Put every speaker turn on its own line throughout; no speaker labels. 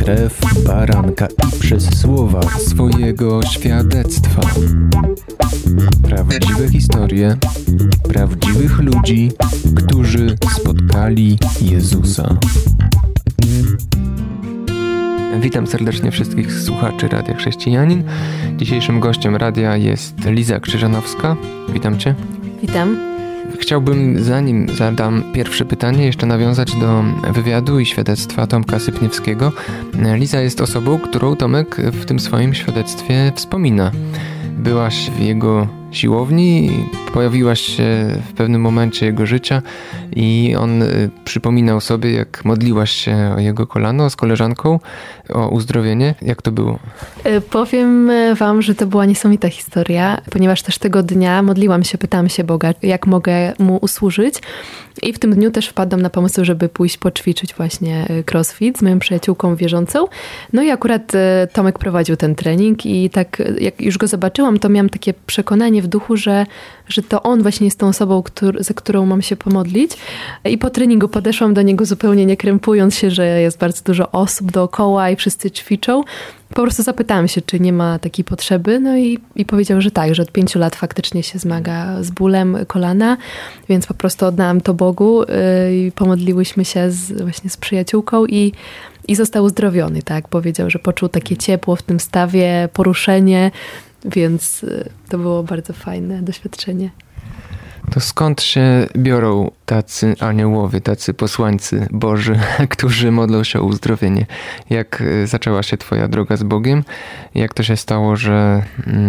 krew baranka i przez słowa swojego świadectwa. Prawdziwe historie prawdziwych ludzi, którzy spotkali Jezusa. Witam serdecznie wszystkich słuchaczy Radia Chrześcijanin. Dzisiejszym gościem radia jest Liza Krzyżanowska. Witam Cię.
Witam.
Chciałbym, zanim zadam pierwsze pytanie, jeszcze nawiązać do wywiadu i świadectwa Tomka Sypniewskiego. Liza jest osobą, którą Tomek w tym swoim świadectwie wspomina. Byłaś w jego siłowni, pojawiłaś się w pewnym momencie jego życia i on przypominał sobie, jak modliłaś się o jego kolano z koleżanką, o uzdrowienie. Jak to było?
Powiem wam, że to była niesamowita historia, ponieważ też tego dnia modliłam się, pytałam się Boga, jak mogę mu usłużyć. I w tym dniu też wpadłam na pomysł, żeby pójść poćwiczyć właśnie crossfit z moją przyjaciółką wierzącą. No i akurat Tomek prowadził ten trening i tak jak już go zobaczyłam, to miałam takie przekonanie w duchu, że to on właśnie jest tą osobą, za którą mam się pomodlić. I po treningu podeszłam do niego zupełnie nie krępując się, że jest bardzo dużo osób dookoła i wszyscy ćwiczą. Po prostu zapytałam się, czy nie ma takiej potrzeby, no i powiedział, że tak, że od 5 lat faktycznie się zmaga z bólem kolana, więc po prostu oddałam to Bogu i pomodliłyśmy się właśnie z przyjaciółką i został uzdrowiony, tak? Powiedział, że poczuł takie ciepło w tym stawie, poruszenie, więc to było bardzo fajne doświadczenie.
To skąd się biorą tacy aniołowie, tacy posłańcy Boży, którzy modlą się o uzdrowienie? Jak zaczęła się twoja droga z Bogiem? Jak to się stało, że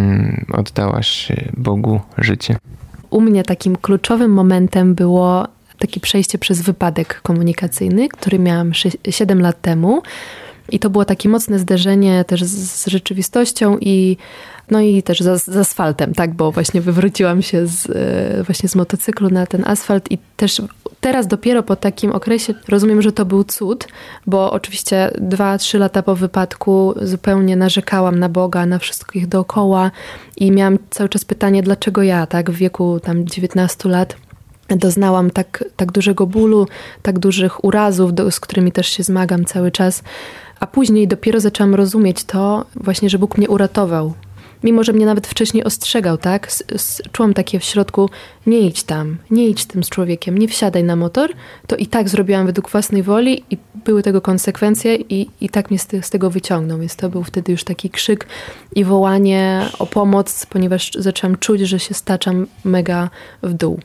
oddałaś Bogu życie?
U mnie takim kluczowym momentem było takie przejście przez wypadek komunikacyjny, który miałam 7 lat temu. I to było takie mocne zderzenie też z rzeczywistością i też z asfaltem, tak, bo właśnie wywróciłam się właśnie z motocyklu na ten asfalt i też teraz dopiero po takim okresie rozumiem, że to był cud, bo oczywiście 2-3 lata po wypadku zupełnie narzekałam na Boga, na wszystkich dookoła i miałam cały czas pytanie, dlaczego ja, tak, w wieku tam 19 lat doznałam tak dużego bólu, tak dużych urazów, z którymi też się zmagam cały czas. A później dopiero zaczęłam rozumieć to właśnie, że Bóg mnie uratował. Mimo, że mnie nawet wcześniej ostrzegał, tak? Czułam takie w środku, nie idź tam, nie idź tym z człowiekiem, nie wsiadaj na motor. To i tak zrobiłam według własnej woli i były tego konsekwencje i tak mnie z tego wyciągnął. Więc to był wtedy już taki krzyk i wołanie o pomoc, ponieważ zaczęłam czuć, że się staczam mega w dół.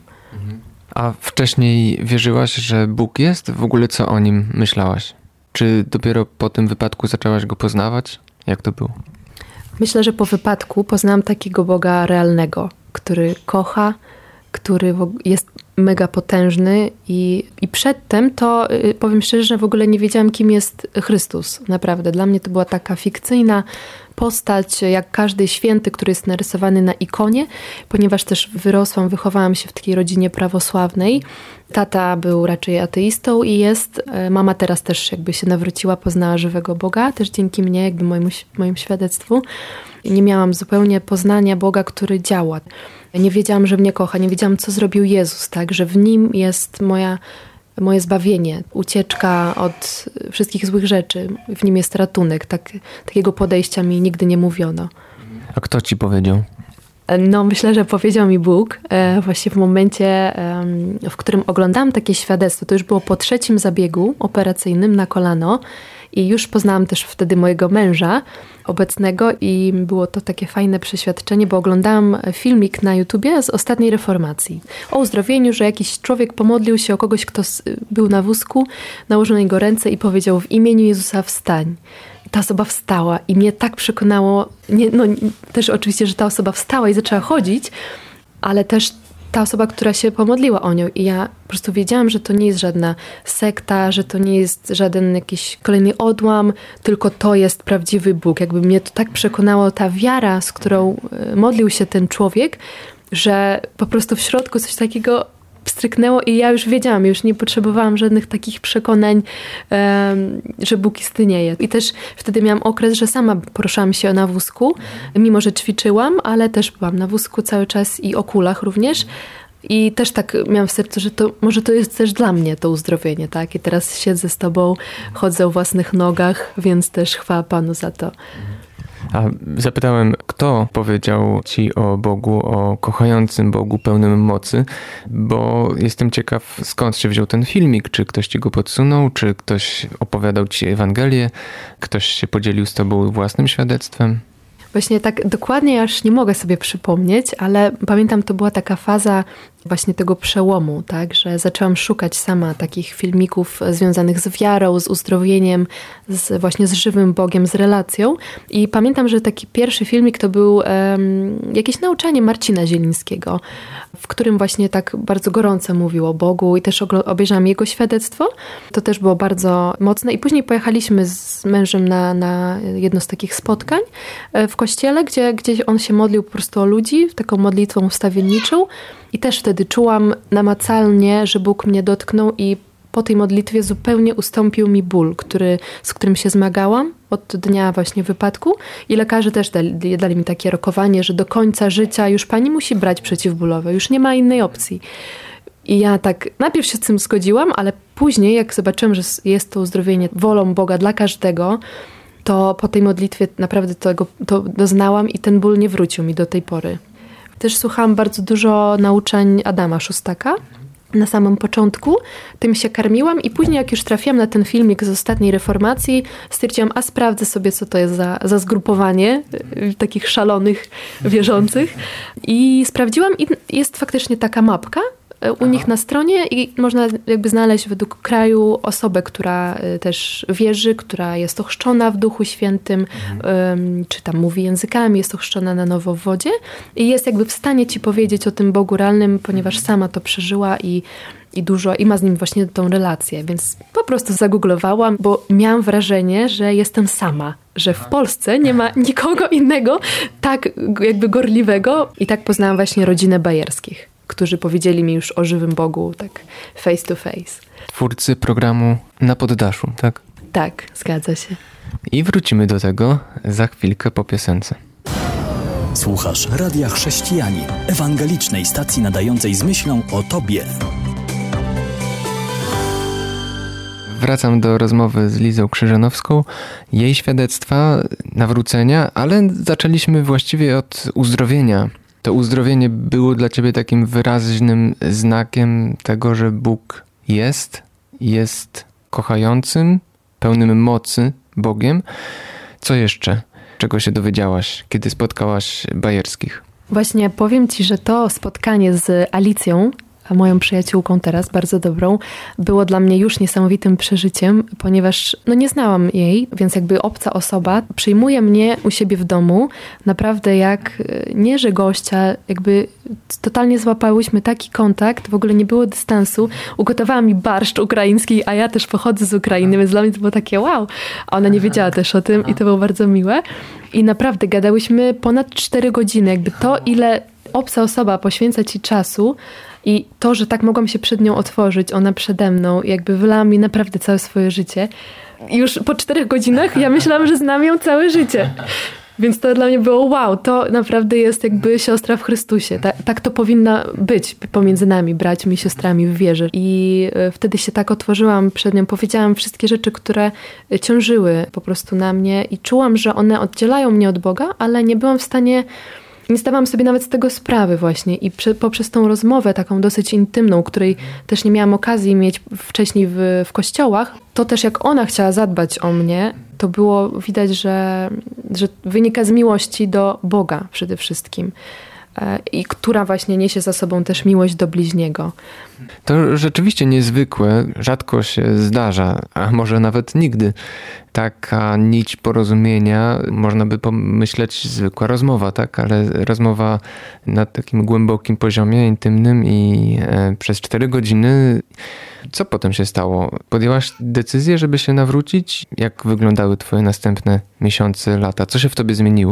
A wcześniej wierzyłaś, że Bóg jest? W ogóle co o Nim myślałaś? Czy dopiero po tym wypadku zaczęłaś Go poznawać? Jak to było?
Myślę, że po wypadku poznałam takiego Boga realnego, który kocha, który jest mega potężny i przedtem to powiem szczerze, że w ogóle nie wiedziałam, kim jest Chrystus. Naprawdę. Dla mnie to była taka fikcyjna postać, jak każdy święty, który jest narysowany na ikonie, ponieważ też wychowałam się w takiej rodzinie prawosławnej. Tata był raczej ateistą i mama teraz też jakby się nawróciła, poznała żywego Boga, też dzięki mnie, jakby moim świadectwu. Nie miałam zupełnie poznania Boga, który działa. Nie wiedziałam, że mnie kocha, nie wiedziałam, co zrobił Jezus, tak, że w Nim jest moje zbawienie, ucieczka od wszystkich złych rzeczy. W Nim jest ratunek. Takiego podejścia mi nigdy nie mówiono.
A kto ci powiedział?
No, myślę, że powiedział mi Bóg właśnie w momencie, w którym oglądałam takie świadectwo. To już było po 3. zabiegu operacyjnym na kolano i już poznałam też wtedy mojego męża obecnego i było to takie fajne przeświadczenie, bo oglądałam filmik na YouTubie z ostatniej reformacji o uzdrowieniu, że jakiś człowiek pomodlił się o kogoś, kto był na wózku, nałożył na niego ręce i powiedział: w imieniu Jezusa wstań. Ta osoba wstała i mnie tak przekonało, też oczywiście, że ta osoba wstała i zaczęła chodzić, ale też ta osoba, która się pomodliła o nią i ja po prostu wiedziałam, że to nie jest żadna sekta, że to nie jest żaden jakiś kolejny odłam, tylko to jest prawdziwy Bóg. Jakby mnie to tak przekonało, ta wiara, z którą modlił się ten człowiek, że po prostu w środku coś takiego pstryknęło i ja już wiedziałam, już nie potrzebowałam żadnych takich przekonań, że Bóg istnieje. I też wtedy miałam okres, że sama poruszałam się na wózku, mimo że ćwiczyłam, ale też byłam na wózku cały czas i o kulach również. I też tak miałam w sercu, że może to jest też dla mnie to uzdrowienie, tak? I teraz siedzę z tobą, chodzę o własnych nogach, więc też chwała Panu za to.
A zapytałem, kto powiedział ci o Bogu, o kochającym Bogu pełnym mocy, bo jestem ciekaw, skąd się wziął ten filmik, czy ktoś ci go podsunął, czy ktoś opowiadał ci Ewangelię, ktoś się podzielił z tobą własnym świadectwem?
Właśnie tak dokładnie aż nie mogę sobie przypomnieć, ale pamiętam, to była taka faza właśnie tego przełomu, tak, że zaczęłam szukać sama takich filmików związanych z wiarą, z uzdrowieniem, właśnie z żywym Bogiem, z relacją. I pamiętam, że taki pierwszy filmik to był jakieś nauczanie Marcina Zielińskiego, w którym właśnie tak bardzo gorąco mówił o Bogu i też obejrzałam jego świadectwo. To też było bardzo mocne. I później pojechaliśmy z mężem na jedno z takich spotkań w kościele, gdzie on się modlił po prostu o ludzi, taką modlitwą wstawienniczą. I też wtedy czułam namacalnie, że Bóg mnie dotknął i po tej modlitwie zupełnie ustąpił mi ból, z którym się zmagałam od dnia właśnie wypadku. I lekarze też dali mi takie rokowanie, że do końca życia już pani musi brać przeciwbólowe, już nie ma innej opcji. I ja tak najpierw się z tym zgodziłam, ale później jak zobaczyłam, że jest to uzdrowienie wolą Boga dla każdego, to po tej modlitwie naprawdę to doznałam i ten ból nie wrócił mi do tej pory. Też słuchałam bardzo dużo nauczeń Adama Szustaka na samym początku. Tym się karmiłam i później jak już trafiłam na ten filmik z ostatniej reformacji, stwierdziłam, sprawdzę sobie, co to jest za zgrupowanie takich szalonych wierzących. I sprawdziłam i jest faktycznie taka mapka u nich na stronie i można jakby znaleźć według kraju osobę, która też wierzy, która jest ochrzczona w Duchu Świętym, czy tam mówi językami, jest ochrzczona na nowo w wodzie i jest jakby w stanie ci powiedzieć o tym Bogu realnym, ponieważ sama to przeżyła i ma z nim właśnie tą relację, więc po prostu zagooglowałam, bo miałam wrażenie, że jestem sama, że w Polsce nie ma nikogo innego tak jakby gorliwego i tak poznałam właśnie rodzinę Bajerskich, którzy powiedzieli mi już o żywym Bogu, tak face to face.
Twórcy programu Na Poddaszu, tak?
Tak, zgadza się.
I wrócimy do tego za chwilkę po piosence.
Słuchasz Radia Chrześcijani, ewangelicznej stacji nadającej z myślą o Tobie.
Wracam do rozmowy z Lizą Krzyżanowską, jej świadectwa, nawrócenia, ale zaczęliśmy właściwie od uzdrowienia. To uzdrowienie było dla ciebie takim wyraźnym znakiem tego, że Bóg jest kochającym, pełnym mocy Bogiem. Co jeszcze? Czego się dowiedziałaś, kiedy spotkałaś Bajerskich?
Właśnie powiem ci, że to spotkanie z Alicją, moją przyjaciółką teraz, bardzo dobrą, było dla mnie już niesamowitym przeżyciem, ponieważ nie znałam jej, więc jakby obca osoba przyjmuje mnie u siebie w domu, naprawdę jak nie, że gościa, jakby totalnie złapałyśmy taki kontakt, w ogóle nie było dystansu, ugotowała mi barszcz ukraiński, a ja też pochodzę z Ukrainy, więc dla mnie to było takie wow, a ona nie wiedziała też o tym i to było bardzo miłe i naprawdę gadałyśmy ponad 4 godziny, jakby to, ile obca osoba poświęca ci czasu i to, że tak mogłam się przed nią otworzyć, ona przede mną, jakby wylała mi naprawdę całe swoje życie. I już po 4 godzinach ja myślałam, że znam ją całe życie. Więc to dla mnie było wow, to naprawdę jest jakby siostra w Chrystusie. Tak to powinna być pomiędzy nami, braćmi i siostrami w wierze. I wtedy się tak otworzyłam przed nią, powiedziałam wszystkie rzeczy, które ciążyły po prostu na mnie i czułam, że one oddzielają mnie od Boga, ale nie byłam w stanie... Nie zdawałam sobie nawet z tego sprawy właśnie i poprzez tą rozmowę taką dosyć intymną, której też nie miałam okazji mieć wcześniej w kościołach, to też jak ona chciała zadbać o mnie, to było widać, że wynika z miłości do Boga przede wszystkim. I która właśnie niesie za sobą też miłość do bliźniego.
To rzeczywiście niezwykłe, rzadko się zdarza, a może nawet nigdy. Taka nić porozumienia, można by pomyśleć zwykła rozmowa, tak? Ale rozmowa na takim głębokim poziomie, intymnym i przez 4 godziny. Co potem się stało? Podjęłaś decyzję, żeby się nawrócić? Jak wyglądały twoje następne miesiące, lata? Co się w tobie zmieniło?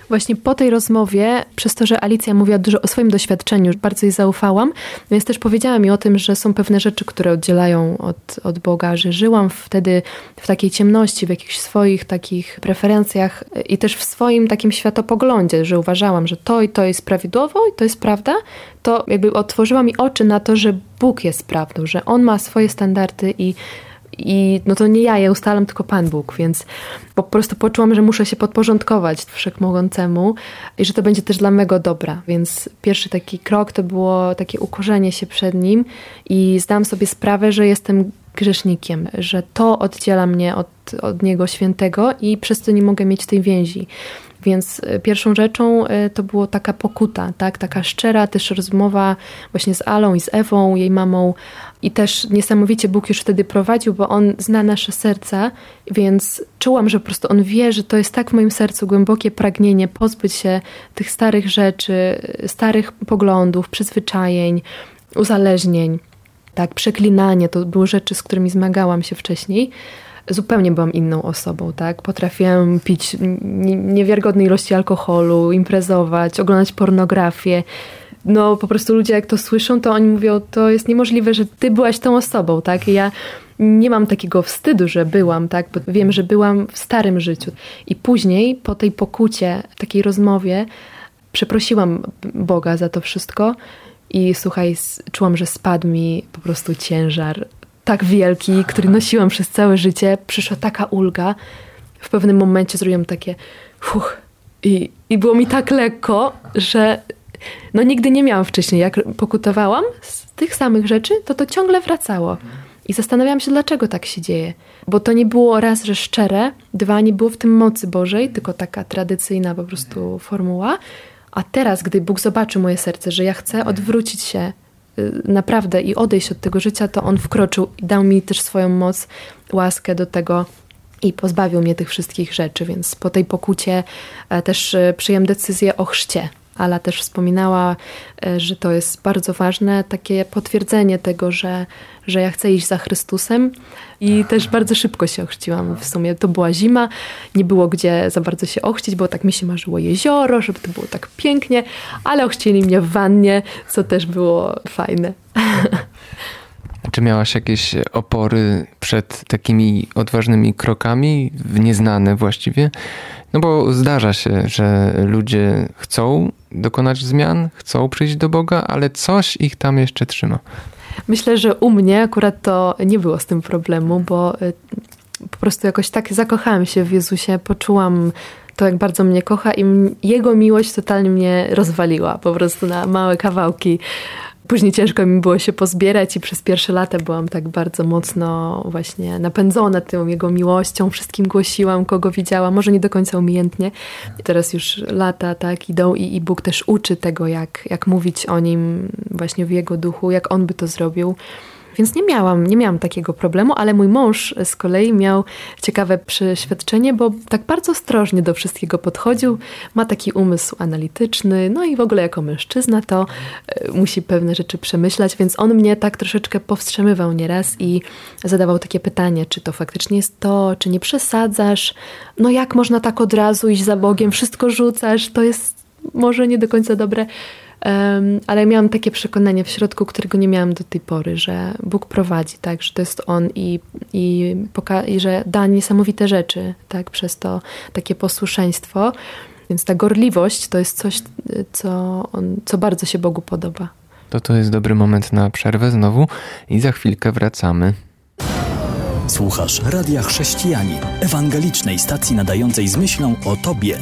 Właśnie po tej rozmowie, przez to, że Alicja mówiła dużo o swoim doświadczeniu, bardzo jej zaufałam, więc też powiedziała mi o tym, że są pewne rzeczy, które oddzielają od Boga, że żyłam wtedy w takiej ciemności, w jakichś swoich takich preferencjach i też w swoim takim światopoglądzie, że uważałam, że to i to jest prawidłowo i to jest prawda, to jakby otworzyła mi oczy na to, że Bóg jest prawdą, że On ma swoje standardy i no to nie ja je ustalam, tylko Pan Bóg, więc po prostu poczułam, że muszę się podporządkować Wszechmogącemu i że to będzie też dla mego dobra. Więc pierwszy taki krok to było takie ukorzenie się przed Nim i zdałam sobie sprawę, że jestem grzesznikiem, że to oddziela mnie od Niego Świętego i przez to nie mogę mieć tej więzi. Więc pierwszą rzeczą to była taka pokuta, tak? Taka szczera też rozmowa właśnie z Alą i z Ewą, jej mamą. I też niesamowicie Bóg już wtedy prowadził, bo On zna nasze serca, więc czułam, że po prostu On wie, że to jest tak w moim sercu głębokie pragnienie pozbyć się tych starych rzeczy, starych poglądów, przyzwyczajeń, uzależnień. Tak, przeklinanie, to były rzeczy, z którymi zmagałam się wcześniej. Zupełnie byłam inną osobą, tak? Potrafiłam pić niewiarygodne ilości alkoholu, imprezować, oglądać pornografię. No po prostu ludzie jak to słyszą, to oni mówią, to jest niemożliwe, że ty byłaś tą osobą, tak? I ja nie mam takiego wstydu, że byłam, tak? Bo wiem, że byłam w starym życiu. I później po tej pokucie, takiej rozmowie, przeprosiłam Boga za to wszystko i słuchaj, czułam, że spadł mi po prostu ciężar tak wielki, który nosiłam przez całe życie. Przyszła taka ulga. W pewnym momencie zrobiłam takie i było mi tak lekko, że no nigdy nie miałam wcześniej. Jak pokutowałam z tych samych rzeczy, to ciągle wracało. I zastanawiałam się, dlaczego tak się dzieje. Bo to nie było raz, że szczere, dwa, nie było w tym mocy Bożej, tylko taka tradycyjna po prostu formuła. A teraz, gdy Bóg zobaczył moje serce, że ja chcę odwrócić się naprawdę i odejść od tego życia, to On wkroczył i dał mi też swoją moc, łaskę do tego i pozbawił mnie tych wszystkich rzeczy. Więc po tej pokucie też przyjęłam decyzję o chrzcie. Ala też wspominała, że to jest bardzo ważne, takie potwierdzenie tego, że ja chcę iść za Chrystusem i też bardzo szybko się ochrzciłam. W sumie to była zima, nie było gdzie za bardzo się ochrzcić, bo tak mi się marzyło jezioro, żeby to było tak pięknie, ale ochrzcili mnie w wannie, co też było fajne.
Czy miałaś jakieś opory przed takimi odważnymi krokami w nieznane właściwie? No bo zdarza się, że ludzie chcą dokonać zmian, chcą przyjść do Boga, ale coś ich tam jeszcze trzyma.
Myślę, że u mnie akurat to nie było z tym problemu, bo po prostu jakoś tak zakochałam się w Jezusie, poczułam to, jak bardzo mnie kocha i Jego miłość totalnie mnie rozwaliła po prostu na małe kawałki. Później ciężko mi było się pozbierać i przez pierwsze lata byłam tak bardzo mocno właśnie napędzona tą Jego miłością. Wszystkim głosiłam, kogo widziałam, może nie do końca umiejętnie. Teraz już lata tak idą i Bóg też uczy tego, jak mówić o Nim właśnie w Jego duchu, jak On by to zrobił. Więc nie miałam takiego problemu, ale mój mąż z kolei miał ciekawe przeświadczenie, bo tak bardzo ostrożnie do wszystkiego podchodził. Ma taki umysł analityczny, no i w ogóle jako mężczyzna to musi pewne rzeczy przemyślać, więc on mnie tak troszeczkę powstrzymywał nieraz i zadawał takie pytanie, czy to faktycznie jest to, czy nie przesadzasz, no jak można tak od razu iść za Bogiem, wszystko rzucasz, to jest może nie do końca dobre. Ale miałam takie przekonanie w środku, którego nie miałam do tej pory, że Bóg prowadzi, tak, że to jest On i że da niesamowite rzeczy, tak, przez to takie posłuszeństwo. Więc ta gorliwość to jest coś, co bardzo się Bogu podoba.
To jest dobry moment na przerwę znowu i za chwilkę wracamy.
Słuchasz Radia Chrześcijanin, ewangelicznej stacji nadającej z myślą o Tobie.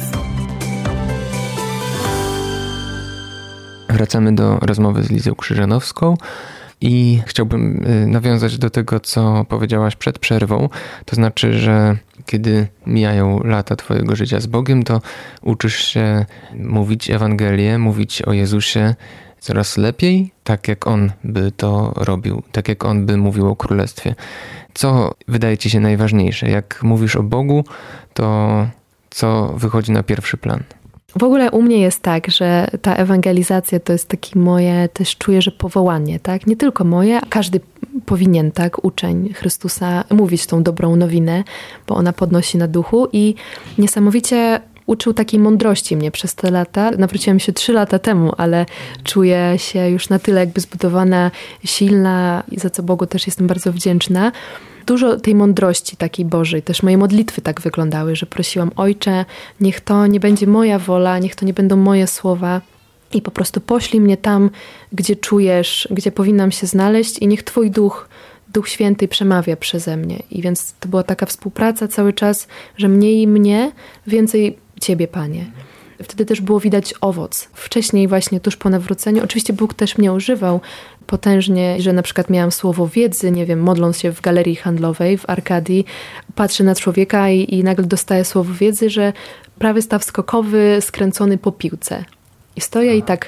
Wracamy do rozmowy z Lizą Krzyżanowską i chciałbym nawiązać do tego, co powiedziałaś przed przerwą. To znaczy, że kiedy mijają lata twojego życia z Bogiem, to uczysz się mówić Ewangelię, mówić o Jezusie coraz lepiej, tak jak On by to robił, tak jak On by mówił o Królestwie. Co wydaje ci się najważniejsze? Jak mówisz o Bogu, to co wychodzi na pierwszy plan?
W ogóle u mnie jest tak, że ta ewangelizacja to jest takie moje, też czuję, że powołanie, tak? Nie tylko moje, każdy powinien, tak, uczeń Chrystusa mówić tą dobrą nowinę, bo ona podnosi na duchu i niesamowicie uczył takiej mądrości mnie przez te lata. Nawróciłam się 3 lata temu, ale czuję się już na tyle jakby zbudowana, silna i za co Bogu też jestem bardzo wdzięczna. Dużo tej mądrości takiej Bożej. Też moje modlitwy tak wyglądały, że prosiłam: Ojcze, niech to nie będzie moja wola, niech to nie będą moje słowa. I po prostu poślij mnie tam, gdzie czujesz, gdzie powinnam się znaleźć i niech Twój Duch Święty przemawia przeze mnie. I więc to była taka współpraca cały czas, że mniej mnie, więcej Ciebie, Panie. Wtedy też było widać owoc. Wcześniej właśnie tuż po nawróceniu, oczywiście Bóg też mnie używał potężnie, że na przykład miałam słowo wiedzy, nie wiem, modląc się w galerii handlowej w Arkadii, patrzę na człowieka i nagle dostaję słowo wiedzy, że prawy staw skokowy skręcony po piłce. I stoję i tak,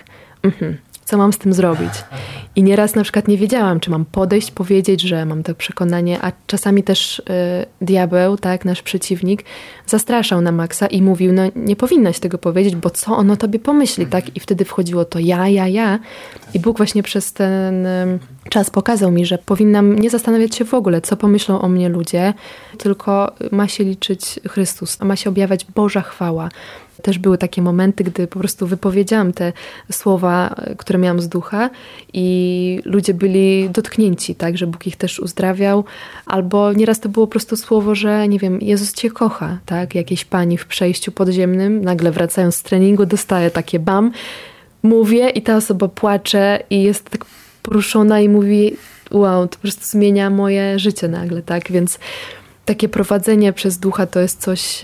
co mam z tym zrobić? I nieraz na przykład nie wiedziałam, czy mam podejść, powiedzieć, że mam to przekonanie, a czasami też diabeł, tak, nasz przeciwnik, zastraszał na maksa i mówił: no nie powinnaś tego powiedzieć, bo co on o tobie pomyśli, tak? I wtedy wchodziło to ja. I Bóg właśnie przez ten czas pokazał mi, że powinnam nie zastanawiać się w ogóle, co pomyślą o mnie ludzie, tylko ma się liczyć Chrystus, a ma się objawiać Boża chwała. Też były takie momenty, gdy po prostu wypowiedziałam te słowa, które miałam z ducha i ludzie byli dotknięci, tak, że Bóg ich też uzdrawiał. Albo nieraz to było po prostu słowo, że nie wiem, Jezus cię kocha, tak. Jakiejś pani w przejściu podziemnym, nagle wracając z treningu, dostaje takie bam, mówię i ta osoba płacze i jest tak poruszona i mówi: wow, to po prostu zmienia moje życie nagle, tak. Więc takie prowadzenie przez ducha to jest coś,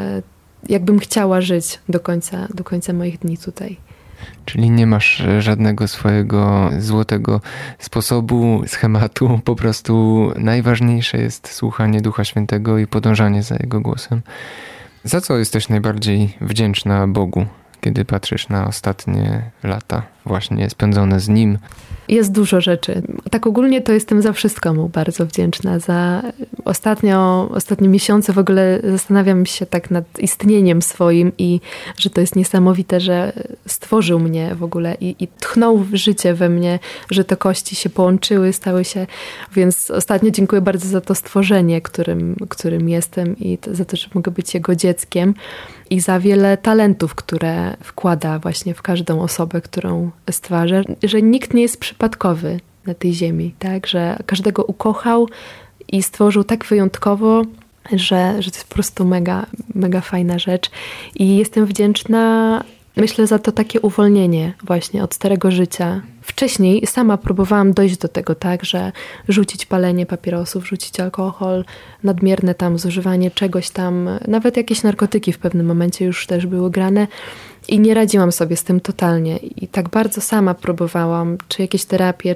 jakbym chciała żyć do końca moich dni tutaj.
Czyli nie masz żadnego swojego złotego sposobu, schematu, po prostu najważniejsze jest słuchanie Ducha Świętego i podążanie za Jego głosem. Za co jesteś najbardziej wdzięczna Bogu, kiedy patrzysz na ostatnie lata właśnie spędzone z Nim?
Jest dużo rzeczy. Tak ogólnie to jestem za wszystko Mu bardzo wdzięczna. Za ostatnie miesiące w ogóle zastanawiam się tak nad istnieniem swoim i że to jest niesamowite, że stworzył mnie w ogóle i tchnął życie we mnie, że te kości się połączyły, stały się. Więc ostatnio dziękuję bardzo za to stworzenie, którym jestem i za to, że mogę być Jego dzieckiem i za wiele talentów, które wkłada właśnie w każdą osobę, którą stwarza, że nikt nie jest przypadkowy na tej ziemi, tak? Że każdego ukochał i stworzył tak wyjątkowo, że to jest po prostu mega, mega fajna rzecz. I jestem wdzięczna, myślę, za to takie uwolnienie właśnie od starego życia. Wcześniej sama próbowałam dojść do tego, tak, że rzucić palenie papierosów, rzucić alkohol, nadmierne tam zużywanie czegoś tam, nawet jakieś narkotyki w pewnym momencie już też były grane i nie radziłam sobie z tym totalnie. I tak bardzo sama próbowałam, czy jakieś terapie,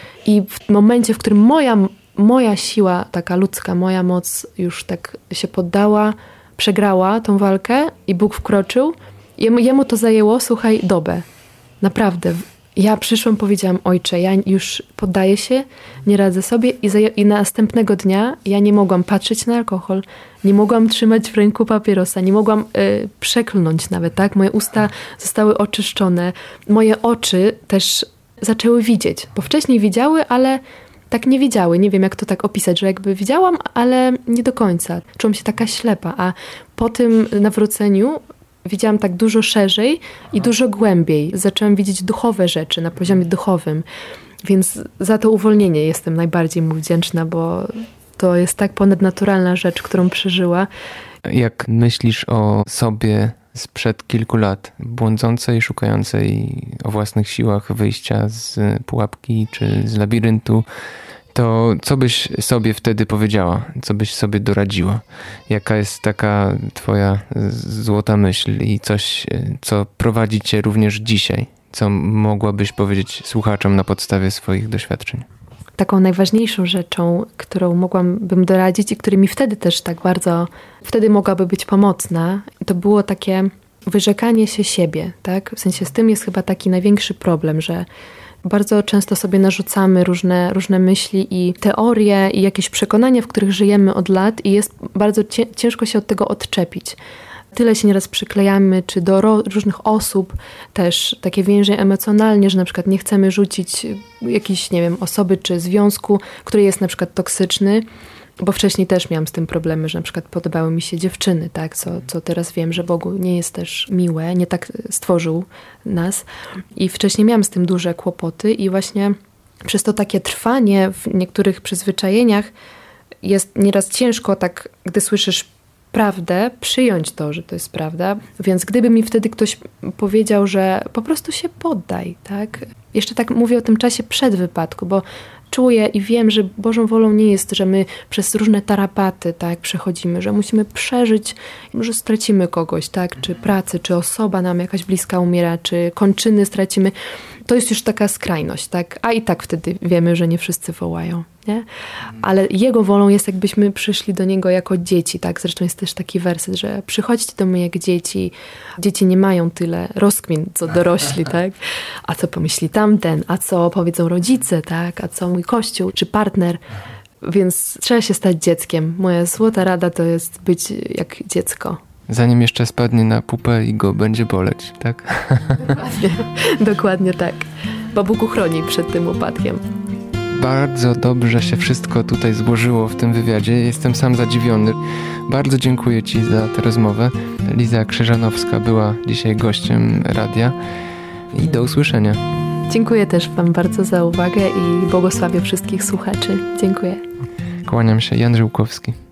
i w momencie, w którym moja siła taka ludzka, moja moc już tak się poddała, przegrała tą walkę i Bóg wkroczył, jemu to zajęło, słuchaj, dobę. Naprawdę. Ja przyszłam, powiedziałam: Ojcze, ja już poddaję się, nie radzę sobie i następnego dnia ja nie mogłam patrzeć na alkohol, nie mogłam trzymać w ręku papierosa, nie mogłam przeklnąć nawet, tak? Moje usta zostały oczyszczone, moje oczy też zaczęły widzieć, bo wcześniej widziały, ale tak nie widziały. Nie wiem, jak to tak opisać, że jakby widziałam, ale nie do końca. Czułam się taka ślepa, a po tym nawróceniu widziałam tak dużo szerzej i dużo głębiej. Zaczęłam widzieć duchowe rzeczy na poziomie duchowym. Więc za to uwolnienie jestem najbardziej mu wdzięczna, bo to jest tak ponadnaturalna rzecz, którą przeżyła.
Jak myślisz o sobie sprzed kilku lat, błądzącej, szukającej o własnych siłach wyjścia z pułapki czy z labiryntu, to co byś sobie wtedy powiedziała? Co byś sobie doradziła? Jaka jest taka twoja złota myśl i coś, co prowadzi cię również dzisiaj? Co mogłabyś powiedzieć słuchaczom na podstawie swoich doświadczeń?
Taką najważniejszą rzeczą, którą mogłabym doradzić i która mi wtedy też tak bardzo, wtedy mogłaby być pomocna, to było takie wyrzekanie się siebie, tak? W sensie z tym jest chyba taki największy problem, że bardzo często sobie narzucamy różne myśli i teorie i jakieś przekonania, w których żyjemy od lat i jest bardzo ciężko się od tego odczepić. Tyle się nieraz przyklejamy, czy do różnych osób też takie więzień emocjonalnie, że na przykład nie chcemy rzucić jakiejś, nie wiem, osoby czy związku, który jest na przykład toksyczny Bo wcześniej też miałam z tym problemy, że na przykład podobały mi się dziewczyny, tak? Co teraz wiem, że Bogu nie jest też miłe, nie tak stworzył nas. I wcześniej miałam z tym duże kłopoty i właśnie przez to takie trwanie w niektórych przyzwyczajeniach jest nieraz ciężko tak, gdy słyszysz prawdę, przyjąć to, że to jest prawda. Więc gdyby mi wtedy ktoś powiedział, że po prostu się poddaj, tak? Jeszcze tak mówię o tym czasie przed wypadku, bo czuję i wiem, że Bożą wolą nie jest, że my przez różne tarapaty, tak, przechodzimy, że musimy przeżyć, że stracimy kogoś, tak, czy pracę, czy osoba nam jakaś bliska umiera, czy kończyny stracimy. To jest już taka skrajność, tak, a i tak wtedy wiemy, że nie wszyscy wołają, nie? Ale Jego wolą jest, jakbyśmy przyszli do Niego jako dzieci, tak, zresztą jest też taki werset, że przychodźcie do mnie jak dzieci. Dzieci nie mają tyle rozkmin, co dorośli, tak, a co pomyśli tamten, a co powiedzą rodzice, tak, a co mój kościół, czy partner, więc trzeba się stać dzieckiem. Moja złota rada to jest być jak dziecko.
Zanim jeszcze spadnie na pupę i go będzie boleć, tak?
Dokładnie tak. Bo Bóg uchroni przed tym upadkiem.
Bardzo dobrze się wszystko tutaj złożyło w tym wywiadzie. Jestem sam zadziwiony. Bardzo dziękuję Ci za tę rozmowę. Liza Krzyżanowska była dzisiaj gościem radia i do usłyszenia.
Dziękuję też Wam bardzo za uwagę i błogosławię wszystkich słuchaczy. Dziękuję.
Kłaniam się, Jan Żyłkowski.